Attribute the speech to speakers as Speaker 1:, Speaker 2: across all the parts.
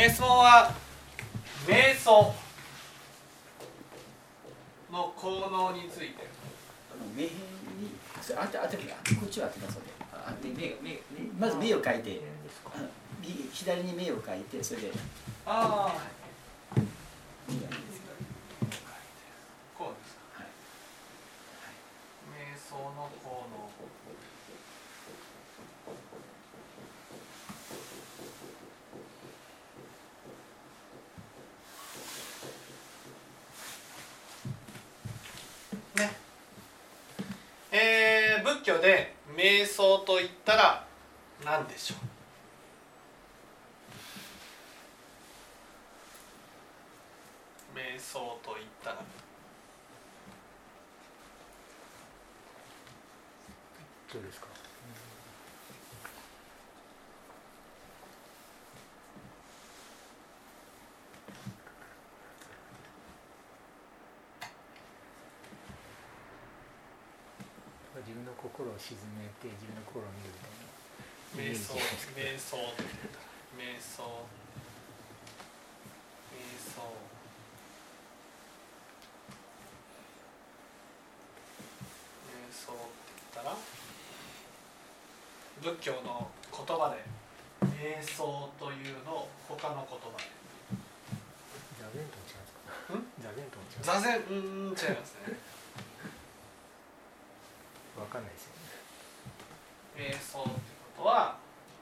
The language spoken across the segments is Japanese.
Speaker 1: 質問は瞑想の効能について。
Speaker 2: 目にこっちは当てますので、まず目を描いて、左に目を描いて、それで
Speaker 1: ああ、
Speaker 2: 目がいいですか。
Speaker 1: こうですか。
Speaker 2: はい。
Speaker 1: 瞑想の効能。仏教で瞑想と言ったら何でしょう。瞑想と言ったら
Speaker 3: どうですか。自分の心を沈めて自分の心を見るみたいな
Speaker 1: 瞑想って言ったら瞑想って言ったら仏教の言葉で瞑想というのを他の言葉で
Speaker 3: 座禅とも違うんですか。座禅とも違う。
Speaker 1: 座禅違いますね。
Speaker 3: わかんないですよね。
Speaker 1: 瞑想ってことは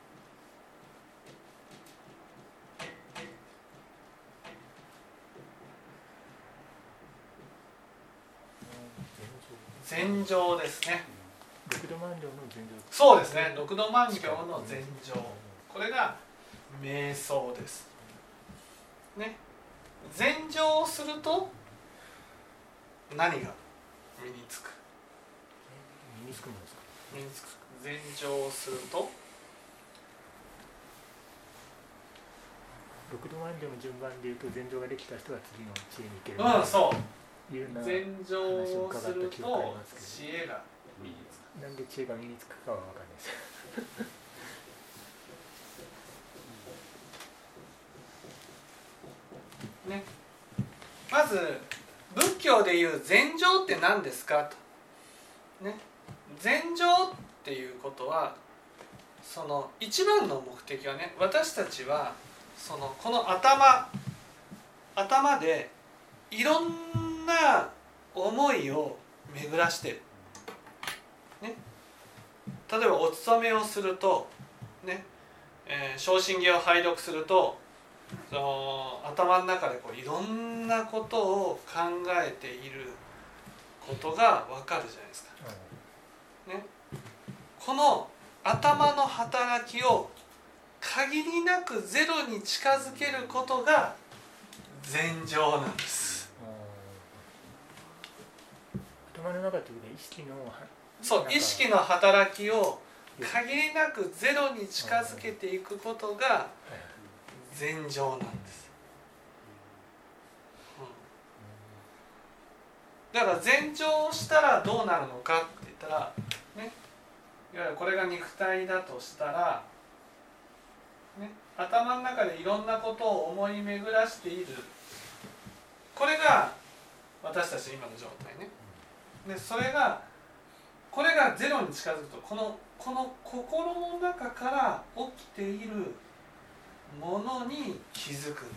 Speaker 1: 禅定ですね。
Speaker 3: 六度万行の禅定。
Speaker 1: そうですね。六度万行の禅定。これが瞑想です。ね。禅定をすると何が身につく？
Speaker 3: 身につくものですか。
Speaker 1: 身につく。禅定をすると
Speaker 3: 六度万行の順番でいうと禅定ができた人は次の知恵に行ける。
Speaker 1: そう。
Speaker 3: いうような
Speaker 1: 禅定をすると知恵が
Speaker 3: 身につく。なんで知恵が身につくかは分かんないです
Speaker 1: ね。まず仏教でいう禅定って何ですかと。ね。禅定っていうことはその一番の目的はね、私たちはこの頭でいろんな思いを巡らしてる、ね、例えばお勤めをすると、ね昇進儀を拝読するとその頭の中でいろんなことを考えていることが分かるじゃないですか、ね、この頭の働きを限りなくゼロに近づけることが禅定なんです。
Speaker 3: 頭の中という
Speaker 1: そう、意識の働きを限りなくゼロに近づけていくことが禅定なんです、だから禅定をしたらどうなるのかって言ったら、ね、いわゆるこれが肉体だとしたら、ね、頭の中でいろんなことを思い巡らしている、これが私たちの今の状態ね。でこれがゼロに近づくとこの心の中から起きているものに気づくんです、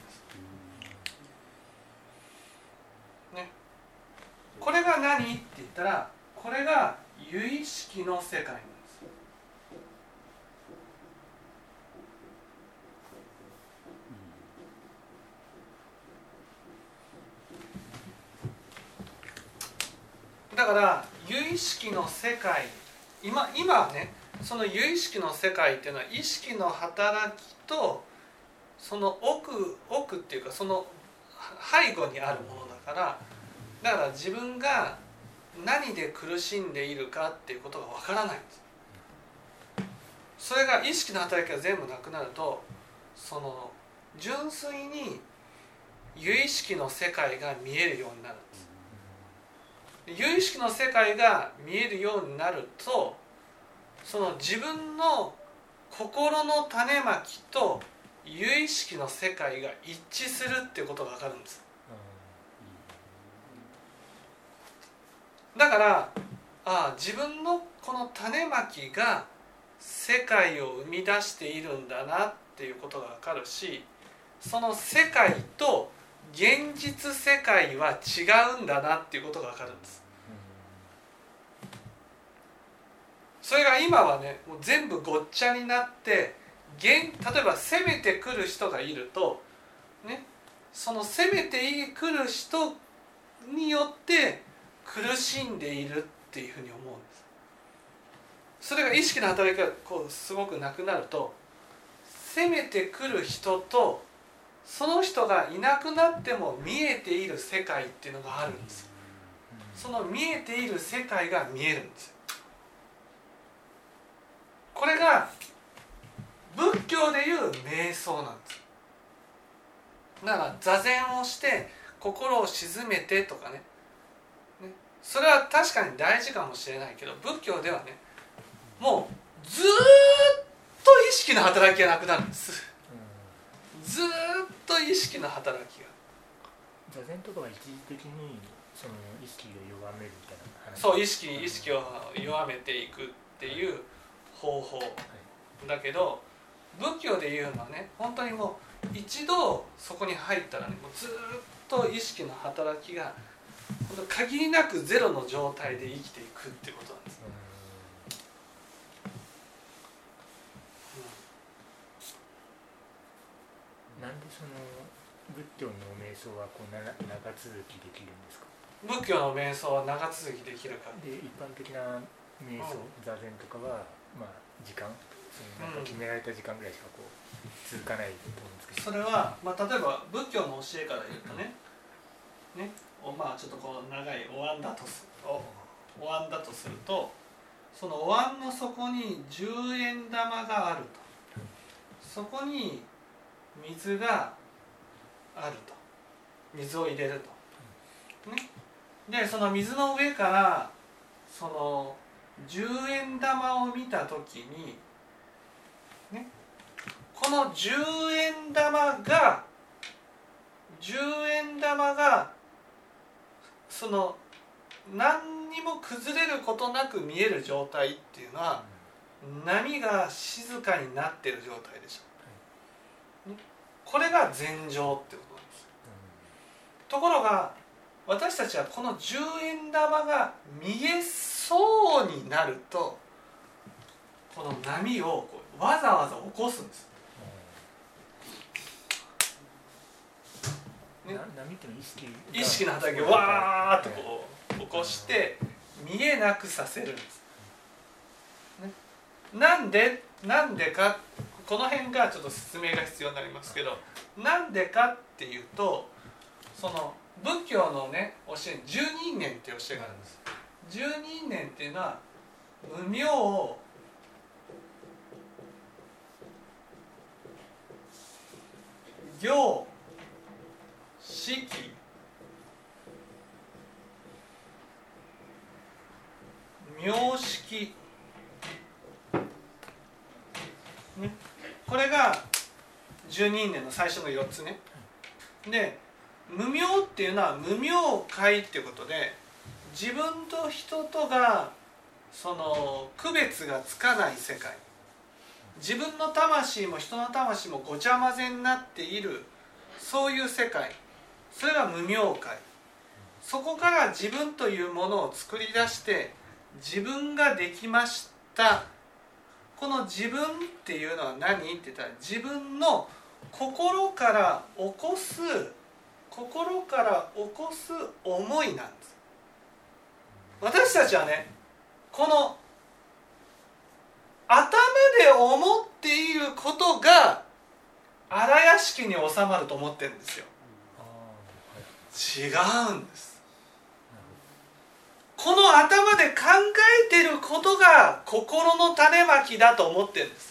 Speaker 1: ね、これが何って言ったらこれが由意識の世界なんです。だから由意識の世界、今ね、その由意識の世界っていうのは意識の働きとその奥っていうかその背後にあるものだから自分が何で苦しんでいるかっていうことがわからないんです。それが意識の働きが全部なくなるとその純粋に由意識の世界が見えるようになるんです。由意識の世界が見えるようになるとその自分の心の種まきと有意識の世界が一致するっていうことが分かるんです。だから自分のこの種まきが世界を生み出しているんだなっていうことが分かるし、その世界と現実世界は違うんだなっていうことが分かるんです。それが今はね、もう全部ごっちゃになって、例えば攻めてくる人がいると、ね、その攻めてくる人によって苦しんでいるっていうふうに思うんです。それが意識の働きがこうすごくなくなると、攻めてくる人とその人がいなくなっても見えている世界っていうのがあるんです。その見えている世界が見えるんですよ。これが仏教でいう瞑想なんです。だから座禅をして心を静めてとかね、それは確かに大事かもしれないけど、仏教ではね、もうずっと意識の働きがなくなるんです。ずっと意識の働きが。
Speaker 3: 座禅とかは一時的にその意識を弱めるみたいな話。
Speaker 1: そう、意識を弱めていくっていう方法だけど、仏教でいうのはね、本当にもう一度そこに入ったらね、もうずっと意識の働きが限りなくゼロの状態で生きていくっていうことなんです。
Speaker 3: なんでその仏教の瞑想はこう長続きできるんですか？
Speaker 1: 仏教の瞑想は長続きできるか。
Speaker 3: で、一般的な瞑想、座禅とかは時間、なんか決められた時間ぐらいしかこう続かないと思うんですけど。
Speaker 1: それは例えば仏教の教えから言うとね、ちょっとこう長いお椀だとすると、そのお椀の底に10円玉があると、そこに水があると、水を入れると、ね、でその水の上からその10円玉を見た時に、ね、この10円玉がその何にも崩れることなく見える状態っていうのは、波が静かになっている状態でしょ、ね、これが禅定ってことなんです。ところが私たちはこの10円玉が見えそうになると、この波をこうわざわざ起こすんです。
Speaker 3: ね、波っていうのは
Speaker 1: 意識の働きをわーっとこう起こして見えなくさせるんです、ね、なんでか、この辺がちょっと説明が必要になりますけど、なんでかっていうと、その仏教のね教え、十人念っていう教えがあるんです。十人念っていうのは無明行識名式、ね、これが十人念の最初の4つね。で無明っていうのは無明界っていうことで、自分と人とがその区別がつかない世界、自分の魂も人の魂もごちゃ混ぜになっている、そういう世界、それが無明界。そこから自分というものを作り出して自分ができました。この自分っていうのは何って言ったら、自分の心から起こす思いなんです。私たちはね、この頭で思っていることが荒屋敷に収まると思ってるんですよ。違うんです。この頭で考えていることが心の種まきだと思ってるんです。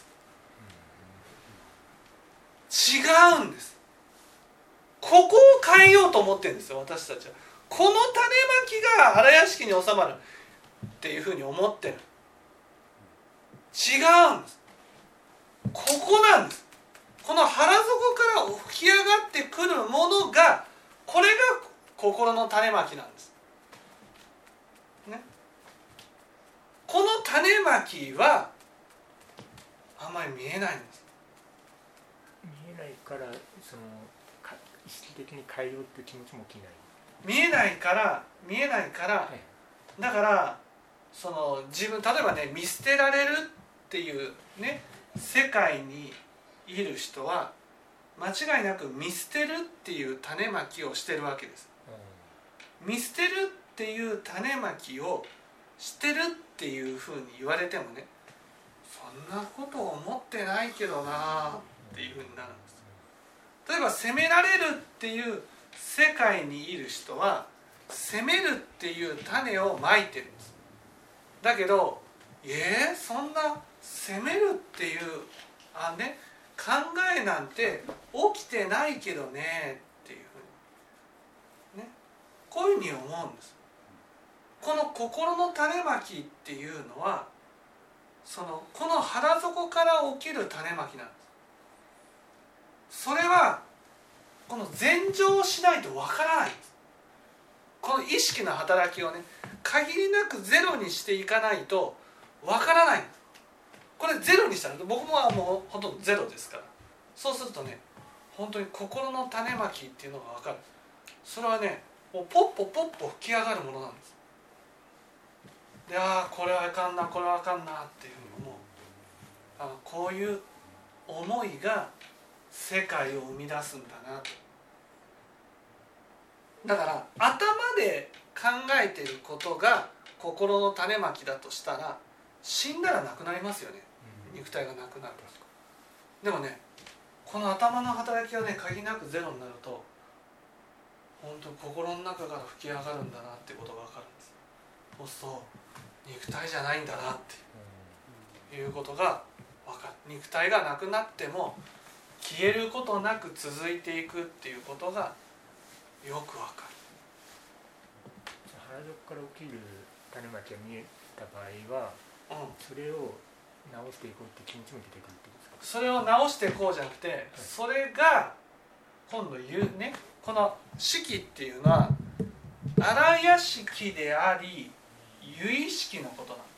Speaker 1: 違うんです。ここを変えようと思ってるんですよ、私たちは。この種まきが荒屋敷に収まるっていうふうに思ってる。違うんです。ここなんです。 この腹底から吹き上がってくるものが、これが心の種まきなんです、ね、この種まきはあんまり見えないんです。
Speaker 3: 見えないから、その意識的に変えようっていう気持ちも起きない。
Speaker 1: 見えないから、はい、だからその自分、例えばね、見捨てられるっていうね世界にいる人は間違いなく見捨てるっていう種まきをしてるわけです。見捨てるっていう種まきをしてるっていうふうに言われてもね、そんなこと思ってないけどなっていうふうになるんです。例えば責められるっていう世界にいる人は責めるっていう種をまいてるんです。だけどそんな責めるっていう考えなんて起きてないけどねっていうふうにね、こういうふうに思うんです。この心の種まきっていうのはこの腹底から起きる種まきなんです。それはこの禅情をしないとわからないんです。この意識の働きをね、限りなくゼロにしていかないとわからないんです。これゼロにしたら、僕ももうほとんどゼロですから、そうするとね、本当に心の種まきっていうのが分かる。それはね、もうポッポポッポ吹き上がるものなんです。で、これはあかんな、これはあかんなっていうふうに思う。こういう思いが世界を生み出すんだなと。だから頭で考えていることが心の種まきだとしたら、死んだらなくなりますよね、肉体がなくなる。でもね、この頭の働きがね、限りなくゼロになると、本当に心の中から吹き上がるんだなってことが分かるんです。そうすると肉体じゃないんだなっていうことが分かる。肉体がなくなっても消えることなく続いていくっていうことがよく分かる。
Speaker 3: 腹底から起きる種まきが見えた場合は、それを直していこうって気持ちも出てくるってことですか。
Speaker 1: それを直していこうじゃなくて、それが今度言うね、この識っていうのは荒屋敷であり由意識のことなんです。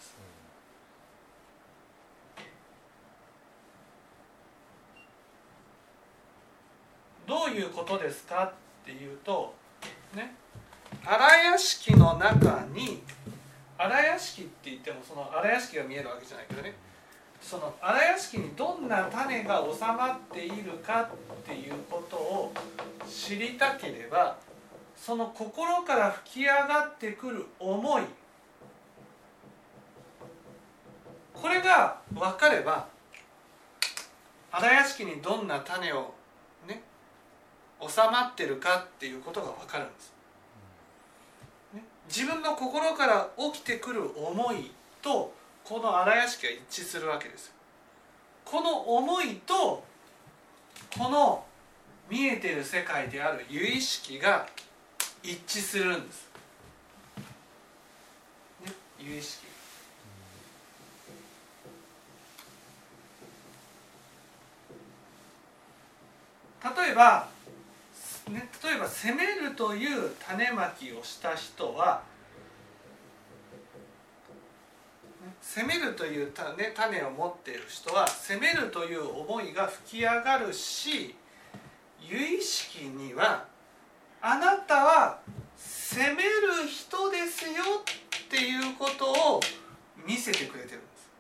Speaker 1: どういうことですかっていうとね、荒屋敷の中に、荒屋敷って言ってもその荒屋敷が見えるわけじゃないけどね、その荒屋敷にどんな種が収まっているかっていうことを知りたければ、その心から吹き上がってくる思い、これが分かれば、荒屋敷にどんな種をね収まってるかっていうことが分かるんです。自分の心から起きてくる思いとこの荒屋敷が一致するわけですよ。この思いとこの見えている世界である由意識が一致するんです、ね、由意識。例えば責めるという種まきをした人は、責めるという種を持っている人は責めるという思いが吹き上がるし、由意識にはあなたは責める人ですよっていうことを見せてくれてるんです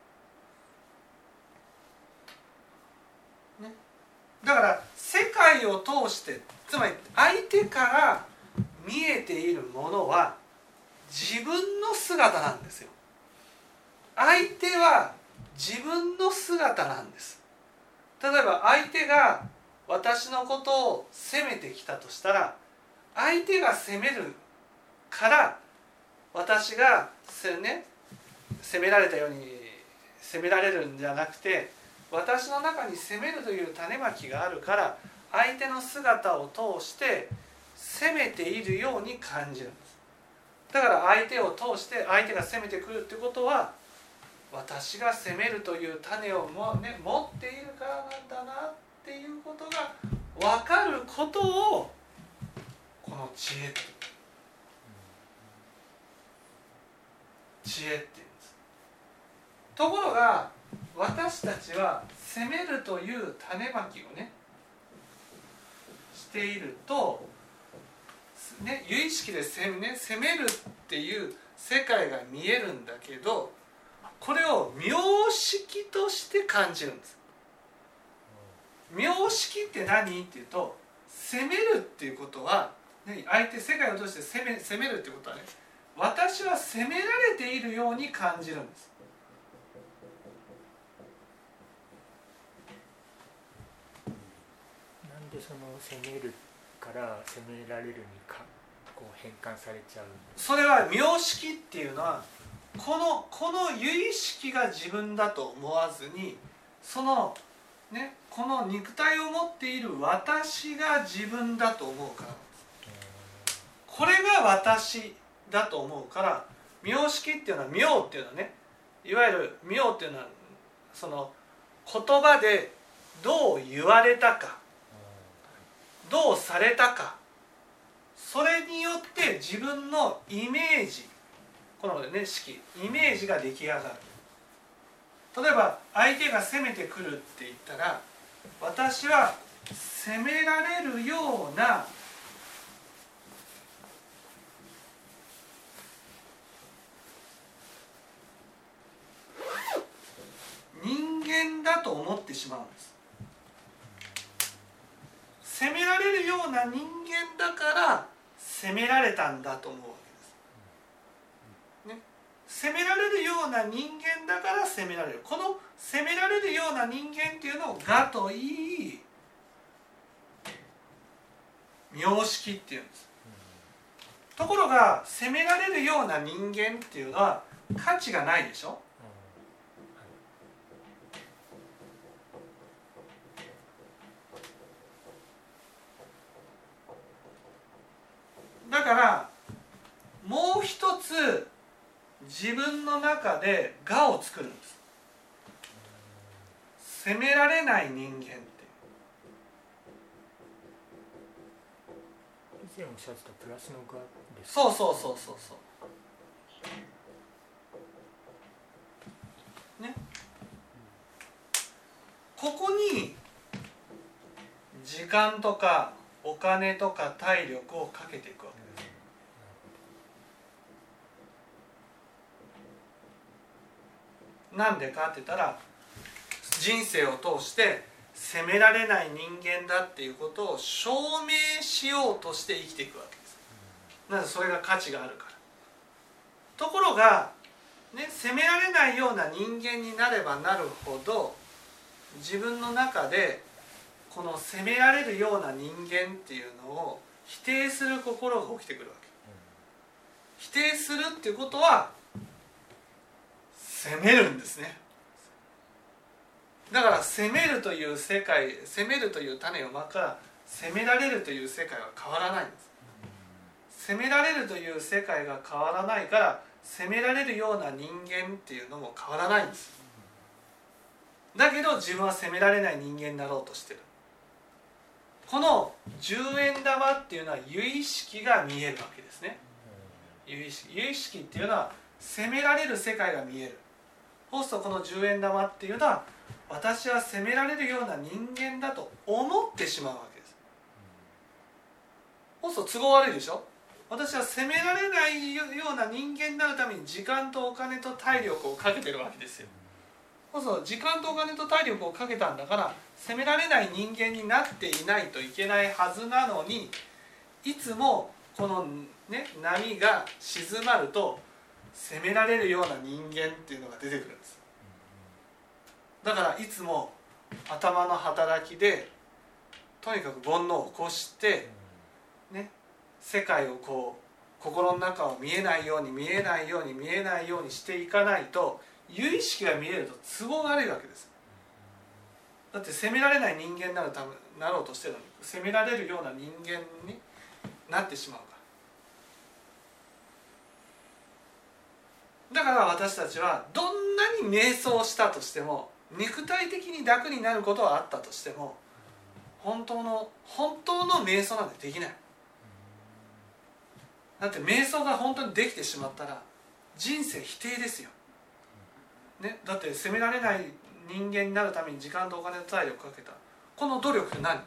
Speaker 1: 、ね、だから世界を通して、つまり相手から見えているものは自分の姿なんですよ。相手は自分の姿なんです。例えば相手が私のことを責めてきたとしたら、相手が責めるから私が責められたように責められるんじゃなくて、私の中に責めるという種まきがあるから、相手の姿を通して責めているように感じるんです。だから相手を通して相手が責めてくるってことは、私が責めるという種を持っているからなんだなっていうことが分かることをこの知恵って言うんです。ところが私たちは責めるという種まきをねしていると、ね、有意識で責めるっていう世界が見えるんだけど、これを名式として感じるんです。名式って何っていうと、責めるっていうことは、ね、相手世界を通して責めるっていうことはね、私は責められているように感じるんです。
Speaker 3: なんでその責めるから責められるにかこう変換されちゃう。
Speaker 1: それは名式っていうのはこの有意識が自分だと思わずに、そのね、この肉体を持っている私が自分だと思うからなんです。これが私だと思うから、名式っていうのは、名っていうのはね、いわゆる名っていうのはその言葉でどう言われたか、どうされたか、それによって自分のイメージ、このね式、イメージが出来上がる。例えば相手が攻めてくるって言ったら、私は攻められるような人間だと思ってしまうんです。攻められるような人間だから攻められたんだと思うわけです、ね、攻められるような人間だから攻められる。この攻められるような人間っていうのを我と言い、名式っていうんです。ところが攻められるような人間っていうのは価値がないでしょ。だからもう一つ自分の中で我を作るんです。責められない人間って。
Speaker 3: 以前おっしゃってたプラスの我です。
Speaker 1: そう。ね。ここに時間とかお金とか体力をかけていくわけです。なんでかって言ったら、人生を通して責められない人間だっていうことを証明しようとして生きていくわけです。なぜそれが価値があるから。ところが、ね、責められないような人間になればなるほど、自分の中でこの責められるような人間っていうのを否定する心が起きてくるわけ。否定するっていうことは責めるんですね。だから責めるという世界、責めるという種をまくから責められるという世界は変わらないんです。責められるという世界が変わらないから、責められるような人間っていうのも変わらないんです。だけど自分は責められない人間になろうとしてる。この10円玉っていうのは有意識が見えるわけですね。有意識っていうのは責められる世界が見える。そうするとこの10円玉っていうのは、私は責められるような人間だと思ってしまうわけです。そうすると都合悪いでしょ。私は責められないような人間になるために時間とお金と体力をかけてるわけですよ。そうすると時間とお金と体力をかけたんだから、責められない人間になっていないといけないはずなのに、いつもこの、ね、波が静まると責められるような人間っていうのが出てくるんです。だからいつも頭の働きでとにかく煩悩を起こして、ね、世界をこう心の中を見えないようにしていかないと、有意識が見えると都合が悪いわけです。だって責められない人間になろうとしてるのに、責められるような人間になってしまうから。だから私たちはどんなに瞑想したとしても、肉体的に楽になることはあったとしても、 本当の瞑想なんてできない。だって瞑想が本当にできてしまったら人生否定ですよ、ね、だって責められない人間になるために時間とお金と体力をかけたこの努力って何？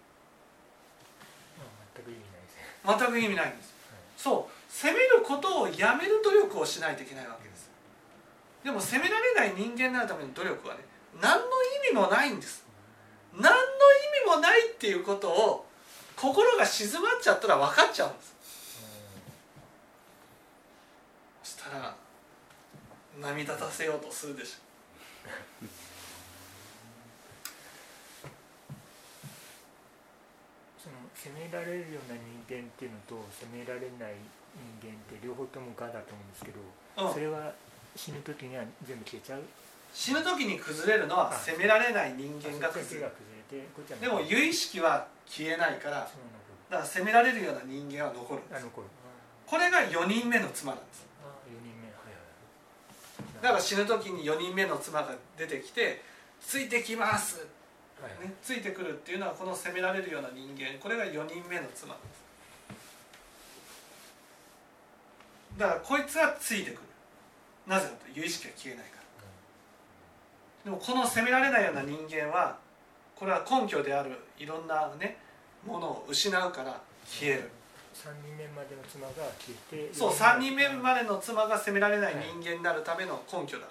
Speaker 3: 全く意味ないですね。
Speaker 1: 全く意味ないんです、そう責めることをやめる努力をしないといけないわけです。でも責められない人間になるための努力はね、何の意味もないんです。何の意味もないっていうことを心が静まっちゃったら分かっちゃうんです。そしたら涙立たせようとするでしょ
Speaker 3: その責められるような人間っていうのと責められない人間って両方とも我だと思うんですけど、それは死ぬ時には全部消えちゃう？
Speaker 1: 死ぬ時に崩れるのは責められない人間が崩れる。でも由意識は消えないから、だから責められるような人間は残るんです。これが4人目の妻なんです。
Speaker 3: 4人目、はいはい、
Speaker 1: だから死ぬ時に4人目の妻が出てきてついてきます、ね、ついてくるっていうのはこの責められるような人間、これが4人目の妻なんです。だからこいつはついてくる。なぜかというと由意識が消えないから。でもこの責められないような人間はこれは根拠であるいろんなねものを失うから消える。
Speaker 3: 3人目までの妻が消えて、
Speaker 1: そう3人目までの妻が責められない人間になるための根拠だから、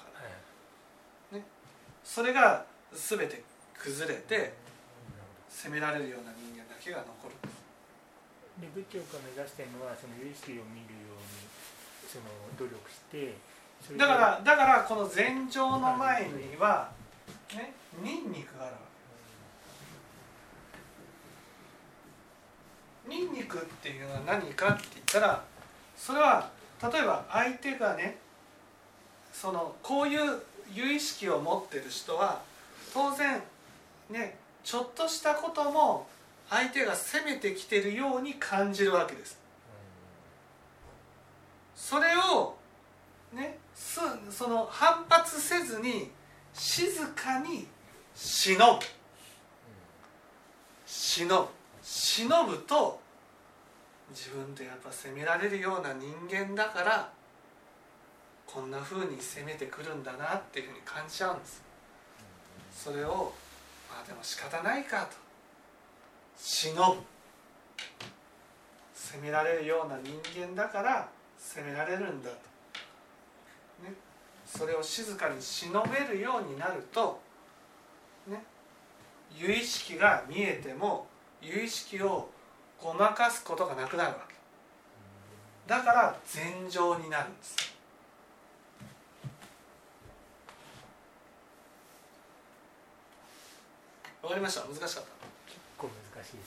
Speaker 1: ね、それが全て崩れて責められるような人間だけが残る。
Speaker 3: で仏教が目指しているのはその由意識を見るようにその努力して、
Speaker 1: だからこの禅定の前には、ね、ニンニクがあるわけ。ニンニクっていうのは何かって言ったら、それは例えば相手がねこういう由意識を持ってる人は当然ねちょっとしたことも相手が責めてきてるように感じるわけです。それをねその反発せずに静かに忍ぶと、自分ってやっぱ責められるような人間だからこんな風に責めてくるんだなっていうふうに感じちゃうんです。それをまあでも仕方ないかと忍ぶ、責められるような人間だから責められるんだと、ね、それを静かに忍べるようになると、ね、由意識が見えても由意識をごまかすことがなくなるわけだから禅定になるんです。わかりました？難しかった？
Speaker 3: 結構難しいです。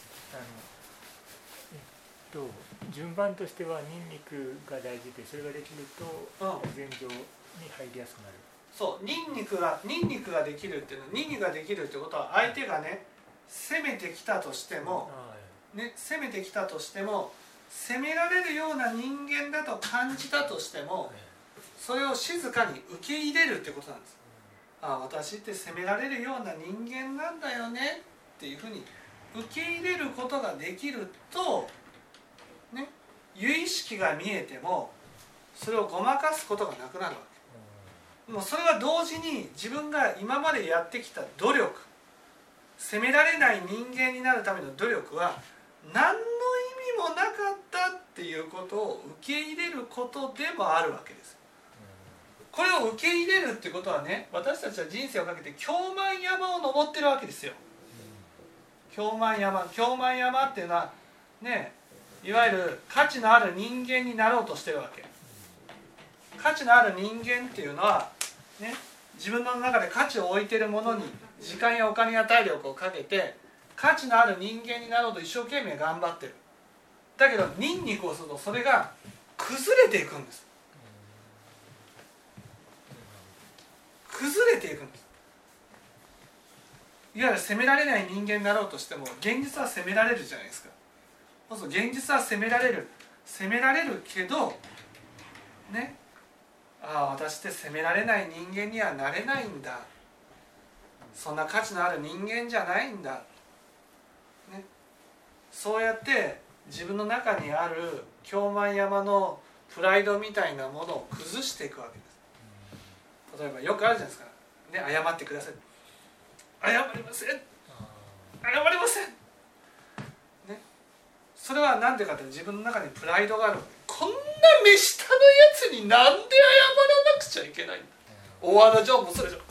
Speaker 3: 順番としてはニンニクが大事で、それができると禅定に入りやすくなる。
Speaker 1: そう、ニンニクができるっていうのは、ニンニクができるってことは相手がね攻めてきたとしても、攻められるような人間だと感じたとしても、それを静かに受け入れるってことなんです。私って責められるような人間なんだよねっていうふうに受け入れることができると、ね、由意識が見えてもそれをごまかすことがなくなるわけ。もうそれは同時に自分が今までやってきた努力、責められない人間になるための努力は何の意味もなかったっていうことを受け入れることでもあるわけです。これを受け入れるってことはね、私たちは人生をかけて京満山を登ってるわけですよ。京満山っていうのはね、いわゆる価値のある人間になろうとしてるわけ。価値のある人間っていうのはね、自分の中で価値を置いているものに時間やお金や体力をかけて価値のある人間になろうと一生懸命頑張ってる。だけどニンニクをするとそれが崩れていくんです。崩れていくんです。いわゆる責められない人間になろうとしても現実は責められるじゃないですか。そうそう、現実は責められるけどね、私って責められない人間にはなれないんだ、そんな価値のある人間じゃないんだ、 ね、そうやって自分の中にある京満山のプライドみたいなものを崩していくわけです。例えばよくあるじゃないですか、ね、謝ってください、謝りません、謝りません、ね、それは何でかって自分の中にプライドがあるわけ。こんな目下のやつになんで謝らなくちゃいけないんだ。大和田城もそうでしょ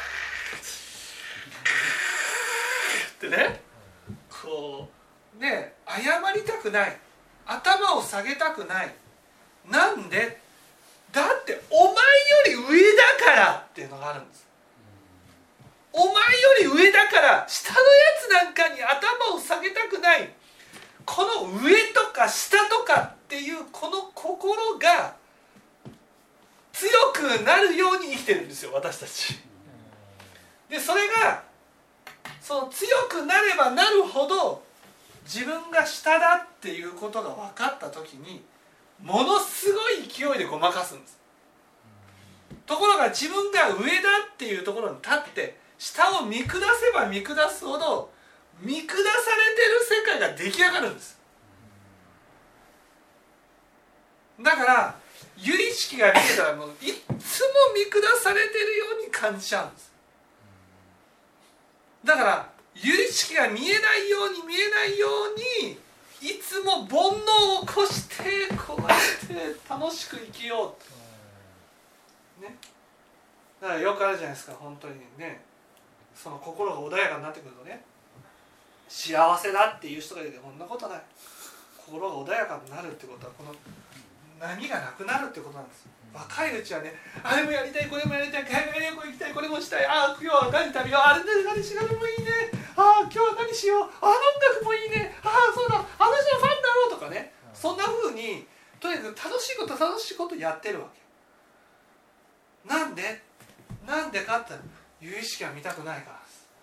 Speaker 1: ってね、こうね、謝りたくない、頭を下げたくない。なんで？だってお前より上だからっていうのがあるんです。お前より上だから下のやつなんかに頭を下げたくない。この上とか下とかっていうこの心が強くなるように生きてるんですよ、私たち。でそれがその強くなればなるほど自分が下だっていうことが分かった時にものすごい勢いでごまかすんです。ところが自分が上だっていうところに立って下を見下せば見下すほど見下されてる世界が出来上がるんです。だから由意識が見えたらもういつも見下されてるように感じちゃうんです。だから由意識が見えないように見えないようにいつも煩悩を起こしてこうやって楽しく生きようと、ね、だからよくあるじゃないですか、本当にね、その心が穏やかになってくるとね、幸せだっていう人がいてこんなことない。心が穏やかになるってことはこの波がなくなるってことなんです。若いうちはね、あれもやりたい、これもやりたい、海外旅行行きたい、これもしたい、ああ今日は何食べよう、あれ何しよう、もいいね、ああ今日は何しよう、あの音楽もいいね、ああそうだ、あの人のファンだろうとかね、そんな風にとにかく楽しいことやってるわけ。なんでかって有意識が見たくないから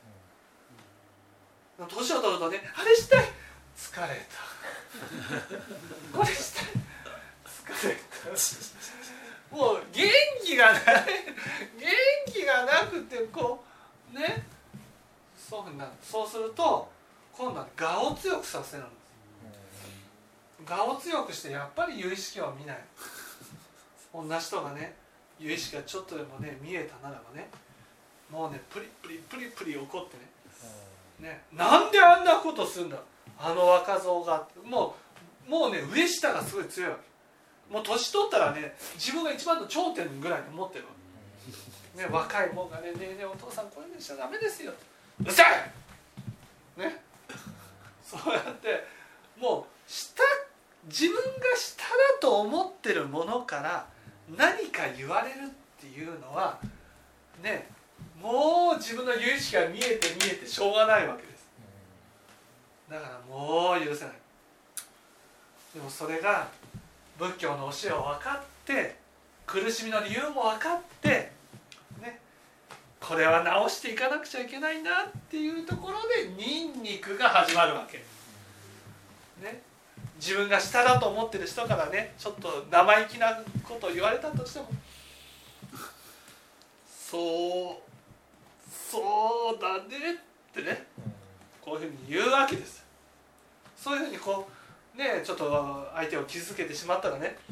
Speaker 1: です。年を取るとね、あれしたい、疲れたこれしたい、疲れたもう元気がない元気がなくてこうね、そういうふうになる。そうすると今度は我を強くさせるんです。我を強くしてやっぱり有意識を見ない。同じ人がね、有意識がちょっとでもね見えたならばね、もうねプリプリ怒ってね、なんであんなことするんだ、あの若造が、もうね上下がすごい強いわけ。もう年取ったらね、自分が一番の頂点ぐらいに思ってるわけ、ね、若いもんがね、ねえねえお父さんこれにしちゃダメですよ、うるさいね、そうやってもう自分が下だと思ってるものから何か言われるっていうのはね、もう自分の有意識が見えてしょうがないわけです。だからもう許せない。でもそれが仏教の教えを分かって苦しみの理由も分かって、ね、これは直していかなくちゃいけないなっていうところでニンニクが始まるわけ、ね、自分が下だと思ってる人からねちょっと生意気なことを言われたとしてもそうだねってね、こういうふうに言うわけです。そういうふうにこうね、ちょっと相手を傷つけてしまったらね、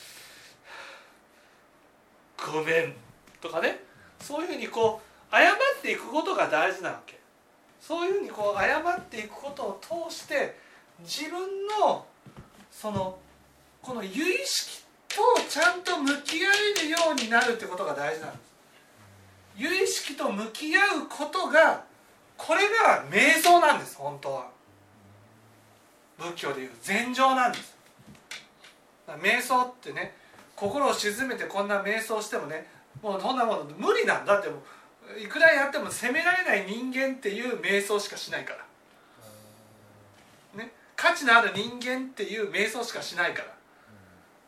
Speaker 1: ごめんとかね、そういうふうにこう謝っていくことが大事なわけ。そういうふうにこう謝っていくことを通して自分のこの由意識とちゃんと向き合えるようになるってことが大事なんです。由意識と向き合うことが、これが瞑想なんです。本当は仏教でいう禅定なんです。瞑想ってね、心を静めてこんな瞑想してもね、もうそんなもの無理なんだって、もういくらやっても責められない人間っていう瞑想しかしないから、ね、価値のある人間っていう瞑想しかしないから。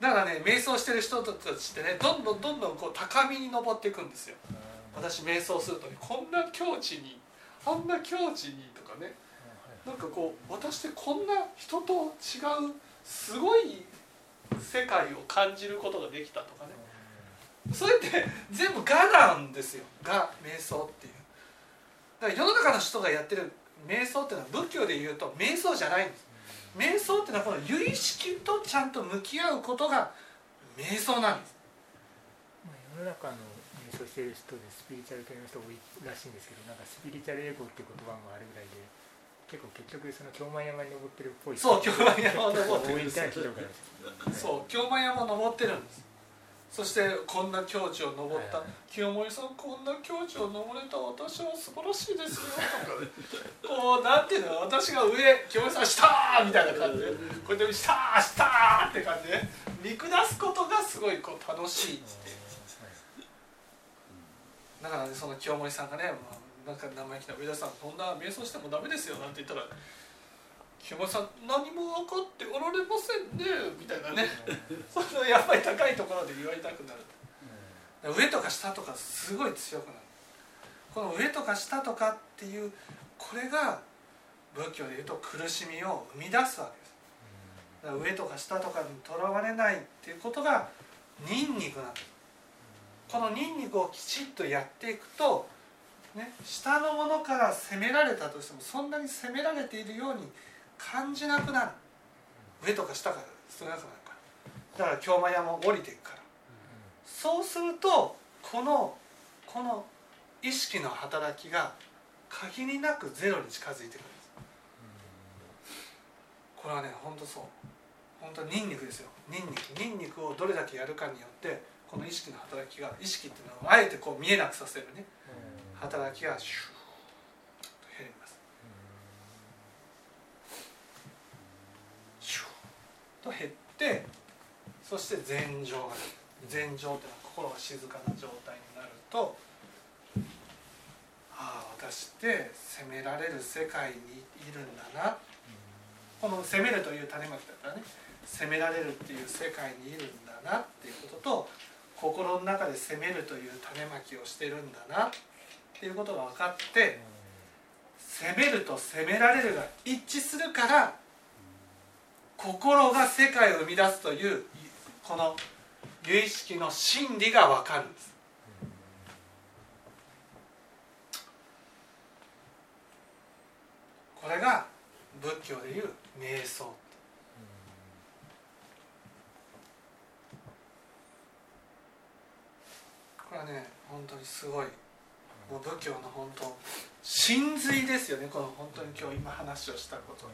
Speaker 1: だからね、瞑想してる人たちってね、どんどんこう高みに登っていくんですよ。私瞑想するとね、こんな境地にあんな境地にとかね、なんかこう私ってこんな人と違うすごい世界を感じることができたとかね、それって全部我なんですよ。我、瞑想っていう。だから世の中の人がやってる瞑想っていうのは仏教でいうと瞑想じゃないんです。瞑想っていうのはこの由意識とちゃんと向き合うことが瞑想なんです。
Speaker 3: 世の中の瞑想している人でスピリチュアル系の人多いらしいんですけど、なんかスピリチュアル英語っていう言葉もあるぐらいで、結局その京満山に登ってるっぽい。
Speaker 1: そう、京満山を登ってるんです。そう、京満山を登ってるんです。そしてこんな境地を登った、清盛さんこんな境地を登れた私は素晴らしいですよとかね、こうなんていうの、私が上、清盛さん下みたいな感じで、こうやって下って感じで見下すことがすごいこう楽しいって。だからね、その清盛さんがね、なんか生意気な上田さんこんな瞑想してもダメですよなんて言ったら、清盛さん何も分かっておられませんねみたいなねそのやっぱり高いところで言われたくなる、上とか下とかすごい強くなる。この上とか下とかっていう、これが仏教でいうと苦しみを生み出すわけです。だから上とか下とかにとらわれないっていうことがニンニクなんです。このニンニクをきちっとやっていくと、ね、下のものから攻められたとしてもそんなに攻められているように感じなくなる。上とか下から少なくなるから。だから京満山も降りていくから。そうするとこの意識の働きが限りなくゼロに近づいてくるんです。これはね、本当そう。本当ニンニクですよ。ニンニクをどれだけやるかによってこの意識の働きが、意識っていうのをあえてこう見えなくさせるね、働きがシューッと減ります。シューッと減って、そして禅定が出る。禅定っていうのは心が静かな状態になると、ああ私って責められる世界にいるんだな、この責めるという種まきだったらね、責められるっていう世界にいるんだなっていうことと、心の中で責めるという種まきをしてるんだなっていうことが分かって、責めると責められるが一致するから心が世界を生み出すというこの由意識の真理が分かるんです。これが仏教でいう瞑想。これはね、本当にすごい、もう仏教の本当真髄ですよね。この本当に今日今話をしたこと、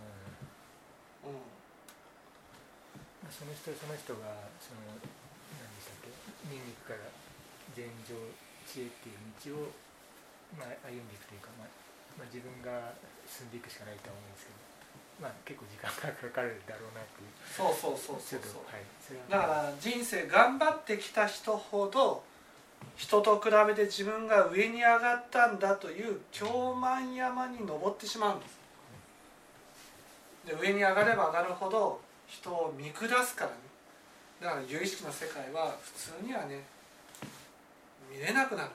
Speaker 3: その人がその何でしたっけ、ニンニクから禅定知恵っていう道を、歩んでいくというか、自分が進んでいくしかないとは思うんですけど、結構時間がかかるだろうなっていう。
Speaker 1: そう、だから人生頑張ってきた人ほど人と比べて自分が上に上がったんだという京満山に登ってしまうんです。で上に上がれば上がるほど人を見下すからね。だから有意識の世界は普通にはね見れなくなるんです。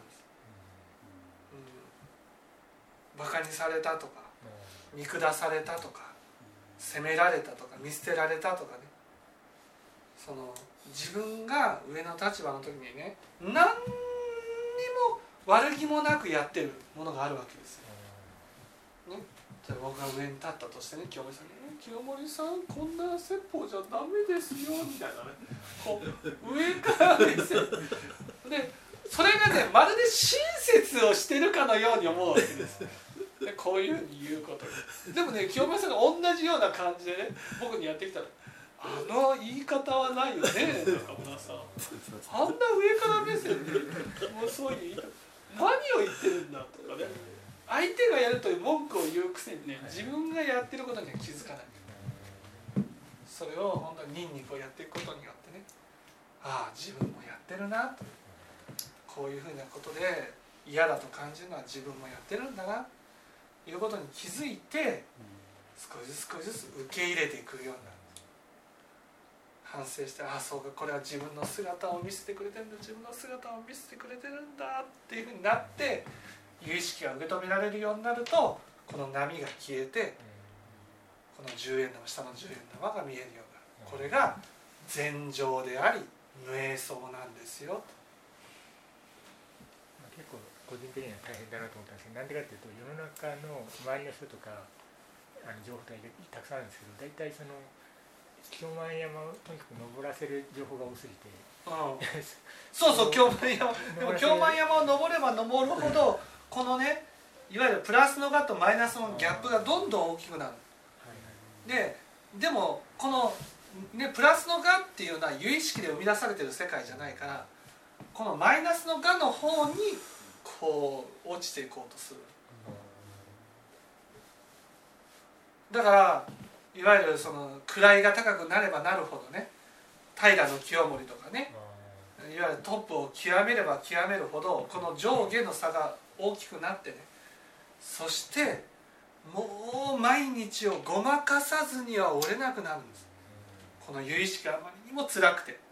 Speaker 1: バカにされたとか見下されたとか責められたとか見捨てられたとかね、その自分が上の立場の時にね、何にも悪気もなくやってるものがあるわけですよ、ね、じゃあ僕が上に立ったとしてね、清盛さんに「清盛さんこんな説法じゃダメですよ」みたいなね、こう上からですよでそれがね、まるで親切をしてるかのように思うわけですでこういうふうに言うことでもね、清盛さんが同じような感じでね僕にやってきたら「あの言い方はないよね中村さん、あんな上から目線でもうそういう何を言ってるんだ」とかね、相手がやるという文句を言うくせにね、自分がやってることには気づかない。それを本当にニンニクをやっていくことによってね、ああ自分もやってるなと、こういうふうなことで嫌だと感じるのは自分もやってるんだなということに気づいて、少しずつ受け入れていくようになる。反省して、ああそうか、これは自分の姿を見せてくれてるんだ、自分の姿を見せてくれてるんだっていうふうになって、有意識が受け止められるようになると、この波が消えて、この10円玉、下の10円玉が見えるようになる。これが禅定であり瞑想なんですよ。
Speaker 3: 結構個人的には大変だなと思ったんですけど、なんでかっていうと世の中の周りの人とか情報がたくさんあるんですけど、大体その京満山をとにかく登らせる情報が多すぎて、
Speaker 1: そうそう、京満山でも京満山を登れば登るほどこのね、いわゆるプラスの我とマイナスのギャップがどんどん大きくなる。でもこの、ね、プラスの我っていうのは有意識で生み出されてる世界じゃないから、このマイナスの我の方にこう落ちていこうとする。だからいわゆるその位が高くなればなるほどね、平清盛とかね、いわゆるトップを極めれば極めるほどこの上下の差が大きくなってね、そしてもう毎日をごまかさずには折れなくなるんです。この有意識があまりにも辛くて、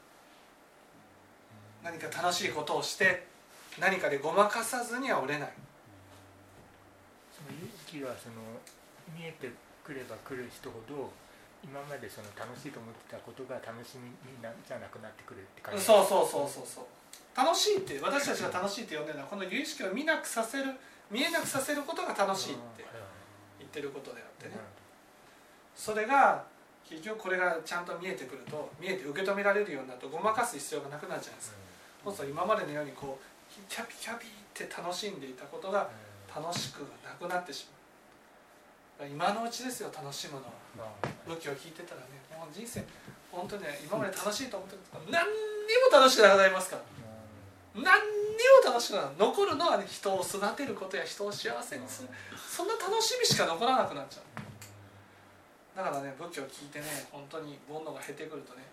Speaker 1: 何か楽しいことをして何かでごまかさずには折れない。
Speaker 3: その有意識がその見えてくれば来る人ほど今までその楽しいと思ってたことが楽しみじゃなくなってくるって感じ。
Speaker 1: そう楽しいって、私たちが楽しいって呼んでるのはこの有意識を見えなくさせることが楽しいって言ってることであってね、それが結局これがちゃんと見えてくると、見えて受け止められるようになるとごまかす必要がなくなっちゃうんです。そうすると今までのようにこうキャピキャピって楽しんでいたことが楽しくなくなってしまう。今のうちですよ、楽しむのは。仏教を聞いてたらね、もう人生本当にね、今まで楽しいと思ってたから何にも楽しくなくなりますから、何にも楽しくなる。残るのはね、人を育てることや人を幸せにする、そんな楽しみしか残らなくなっちゃう。だからね、仏教を聞いてね、本当に煩悩が減ってくるとね、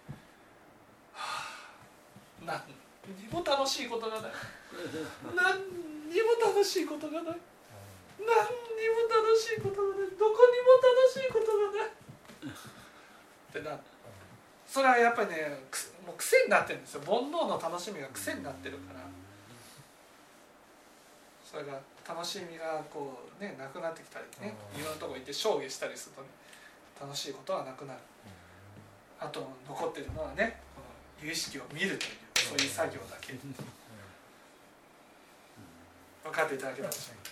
Speaker 1: 何にも楽しいことがない、何にも楽しいことがない、何にも楽しいことがない、どこにも楽しいことがないってなる。それはやっぱりね、もう癖になってるんですよ。煩悩の楽しみが癖になってるから、それが楽しみがこうね、なくなってきたりね、いろんなとこ行って証言したりするとね、楽しいことはなくなる。あと残ってるのはね、この有意識を見るという、そういう作業だけ。分かっていただけたでしょうか。